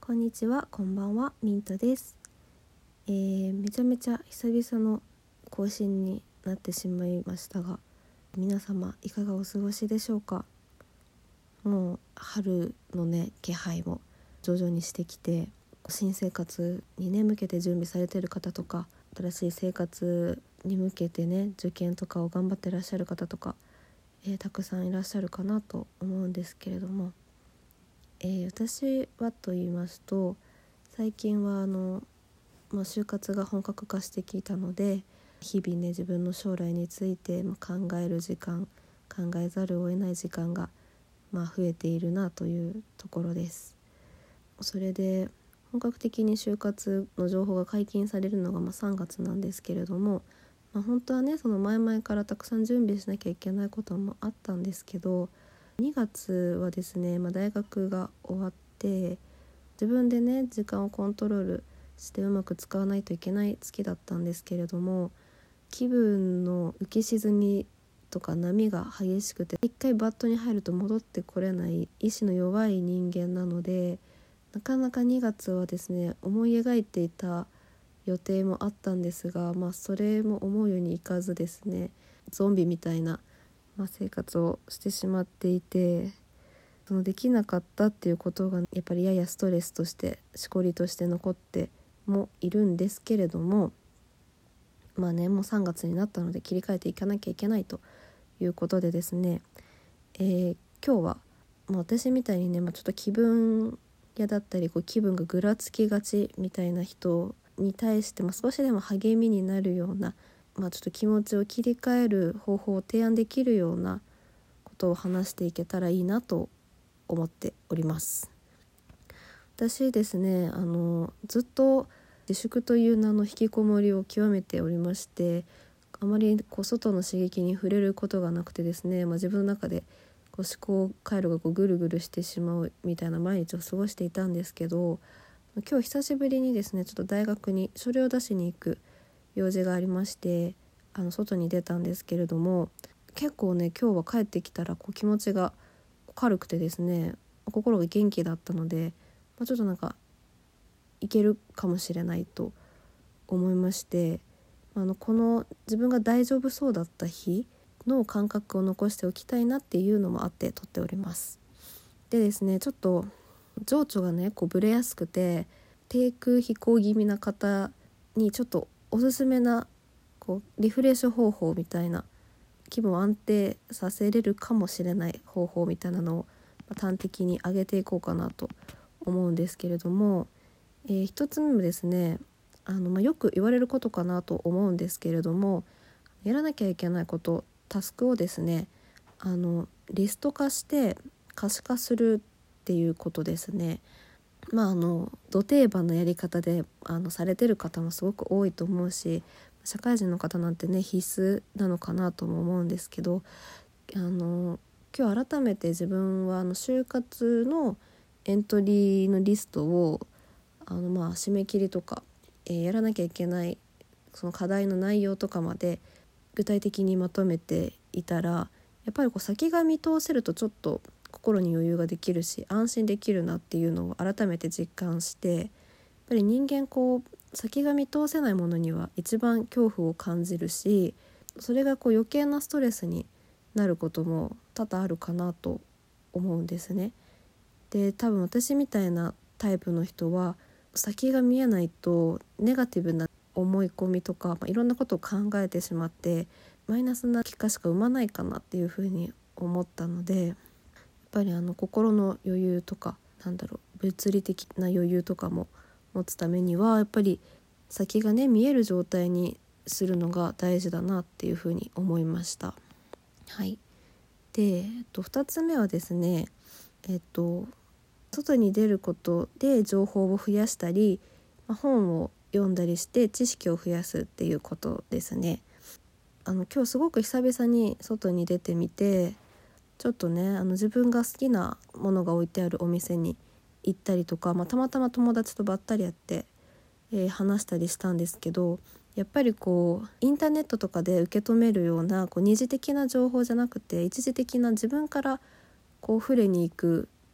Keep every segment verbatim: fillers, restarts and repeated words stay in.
こんにちは、こんばんは、ミントです。えー、めちゃめちゃ久々の更新になってしまいましたが、皆様いかがお過ごしでしょうか。もう春のね気配も徐々にしてきて、新生活にね向けて準備されている方とか、新しい生活に向けてね受験とかを頑張ってらっしゃる方とか、えー、たくさんいらっしゃるかなと思うんですけれども、えー、私はと言いますと、最近はあの、まあ、就活が本格化してきたので、日々ね自分の将来について考える時間、考えざるを得ない時間が、まあ、増えているなというところです。それで本格的に就活の情報が解禁されるのがまあさんがつなんですけれども、まあ、本当はねその前々からたくさん準備しなきゃいけないこともあったんですけど、にがつはですね、まあ、大学が終わって自分でね時間をコントロールしてうまく使わないといけない月だったんですけれども、気分の浮き沈みとか波が激しくて、一回バットに入ると戻ってこれない意志の弱い人間なので、なかなかにがつはですね思い描いていた予定もあったんですが、まあ、それも思うようにいかずですね、ゾンビみたいな、まあ、生活をしてしまっていて、そのできなかったっていうことがやっぱりややストレスとしてしこりとして残ってもいるんですけれども、まあねもうさんがつになったので切り替えていかなきゃいけないということでですね、えー、今日は、まあ、私みたいにね、まあ、ちょっと気分屋だったりこう気分がぐらつきがちみたいな人に対して、まあ、少しでも励みになるような、まあ、ちょっと気持ちを切り替える方法を提案できるようなことを話していけたらいいなと思っております。私ですね、あのずっと自粛という名の引きこもりを極めておりまして、あまりこう外の刺激に触れることがなくてですね、まあ、自分の中でこう思考回路がこうぐるぐるしてしまうみたいな毎日を過ごしていたんですけど、今日久しぶりにですねちょっと大学に書類を出しに行く用事がありまして、あの外に出たんですけれども、結構ね今日は帰ってきたらこう気持ちが軽くてですね、心が元気だったので、まあ、ちょっとなんかいけるかもしれないと思いまして、あのこの自分が大丈夫そうだった日の感覚を残しておきたいなっていうのもあって撮っております。でですね、ちょっと情緒がねこうブレやすくて低空飛行気味な方にちょっとおすすめなこうリフレッシュ方法みたいな、気分を安定させれるかもしれない方法みたいなのを端的に上げていこうかなと思うんですけれども、えー、一つ目もですね、あの、まあ、よく言われることかなと思うんですけれども、やらなきゃいけないこと、タスクをですね、あのリスト化して可視化するっていうことですね。まああのど定番のやり方であのされてる方もすごく多いと思うし、社会人の方なんてね必須なのかなとも思うんですけど、あの今日改めて自分はあの就活のエントリーのリストをあのまあ締め切りとか、えー、やらなきゃいけないその課題の内容とかまで具体的にまとめていたら、やっぱりこう先が見通せるとちょっと心に余裕ができるし安心できるなっていうのを改めて実感して、やっぱり人間こう先が見通せないものには一番恐怖を感じるし、それがこう余計なストレスになることも多々あるかなと思うんですね。で多分私みたいなタイプの人は先が見えないとネガティブな思い込みとか、まあ、いろんなことを考えてしまってマイナスな結果しか生まないかなっていうふうに思ったので、やっぱりあの心の余裕とかなんだろう物理的な余裕とかも持つためにはやっぱり先がね見える状態にするのが大事だなっていうふうに思いました。はい。で、えっと、ふたつめはですね、えっと外に出ることで情報を増やしたり、まあ、本を読んだりして知識を増やすっていうことですね。あの今日すごく久々に外に出てみて、ちょっとねあの自分が好きなものが置いてあるお店に行ったりとか、まあ、たまたま友達とばったりやって、えー、話したりしたんですけど、やっぱりこうインターネットとかで受け止めるようなこう二次的な情報じゃなくて一時的な自分からこう触れに行く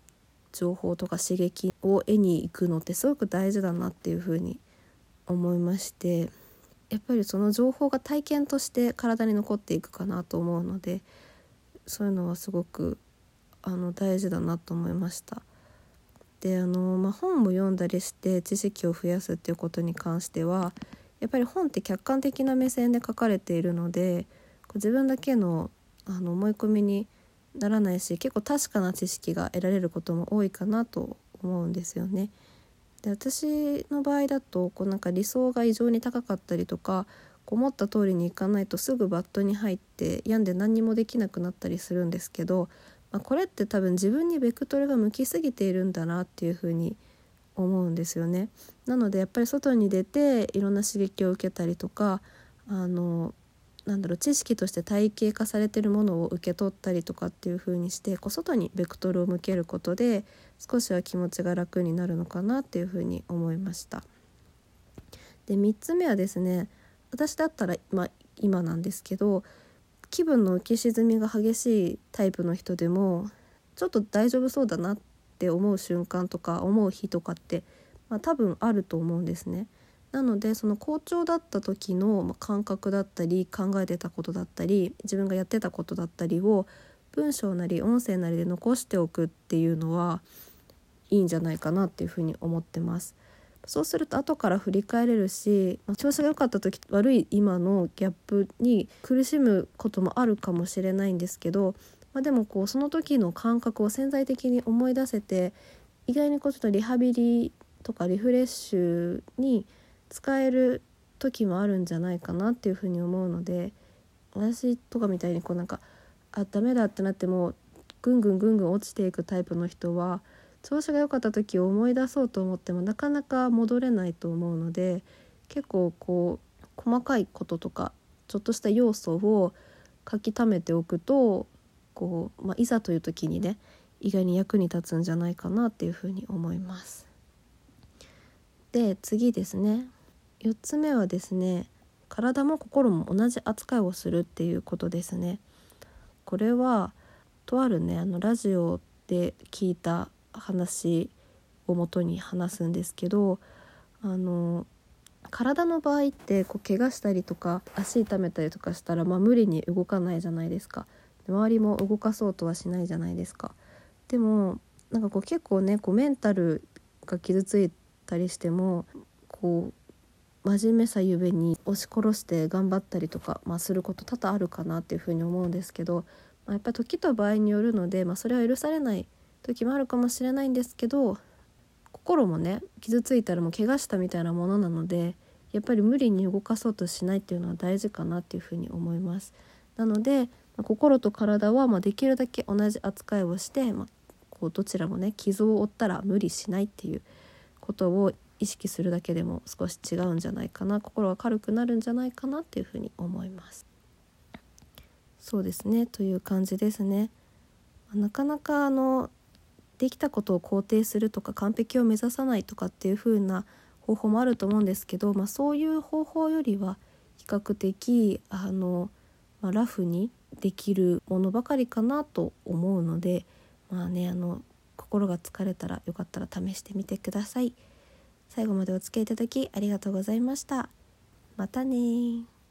情報とか刺激を得に行くのってすごく大事だなっていうふうに思いまして、やっぱりその情報が体験として体に残っていくかなと思うので、そういうのはすごくあの大事だなと思いました。であの、まあ、本も読んだりして知識を増やすっていうことに関しては、やっぱり本って客観的な目線で書かれているので、こう自分だけの、あの思い込みにならないし、結構確かな知識が得られることも多いかなと思うんですよね。で私の場合だとこうなんか理想が異常に高かったりとか、こう思った通りにいかないとすぐバットに入って病んで何にもできなくなったりするんですけど、まあ、これって多分自分にベクトルが向きすぎているんだなっていうふうに思うんですよね。なのでやっぱり外に出ていろんな刺激を受けたりとか、あのなんだろう知識として体系化されているものを受け取ったりとかっていう風にして、こう外にベクトルを向けることで少しは気持ちが楽になるのかなっていう風に思いました。でみっつめはですね、私だったら、まあ、今なんですけど、気分の浮き沈みが激しいタイプの人でもちょっと大丈夫そうだなって思う瞬間とか思う日とかって、まあ、多分あると思うんですね。なのでその好調だった時の感覚だったり考えてたことだったり自分がやってたことだったりを文章なり音声なりで残しておくっていうのはいいんじゃないかなっていうふうに思ってます。そうすると後から振り返れるし、調子が良かった時悪い今のギャップに苦しむこともあるかもしれないんですけど、まあ、でもこうその時の感覚を潜在的に思い出せて、意外にこうちょっとリハビリとかリフレッシュに使える時もあるんじゃないかなっていうふうに思うので、私とかみたいにこうなんかあダメだってなってもぐんぐんぐんぐん落ちていくタイプの人は、調子が良かった時を思い出そうと思ってもなかなか戻れないと思うので、結構こう細かいこととかちょっとした要素を書き溜めておくと、こう、まあ、いざという時にね意外に役に立つんじゃないかなっていうふうに思います。で次ですね、よっつめはですね、体も心も同じ扱いをするっていうことですね。これはとあるねあのラジオで聞いた話をもとに話すんですけど、あの体の場合ってこう怪我したりとか足痛めたりとかしたら、まあ、無理に動かないじゃないですか。で周りも動かそうとはしないじゃないですか。でもなんかこう結構ねこうメンタルが傷ついたりしてもこう真面目さゆえに押し殺して頑張ったりとか、まあ、すること多々あるかなっていうふうに思うんですけど、まあ、やっぱり時と場合によるので、まあ、それは許されない時もあるかもしれないんですけど、心もね傷ついたらもう怪我したみたいなものなので、やっぱり無理に動かそうとしないっていうのは大事かなっていうふうに思います。なので、まあ、心と体はまあできるだけ同じ扱いをして、まあ、こうどちらもね傷を負ったら無理しないっていうことを意識するだけでも少し違うんじゃないかな、心が軽くなるんじゃないかなっていうふうに思います。そうですね、という感じですね。なかなかあのできたことを肯定するとか完璧を目指さないとかっていう風な方法もあると思うんですけど、まあ、そういう方法よりは比較的あの、まあ、ラフにできるものばかりかなと思うので、まあね、あの心が疲れたらよかったら試してみてください。最後までお付き合いいただきありがとうございました。またね。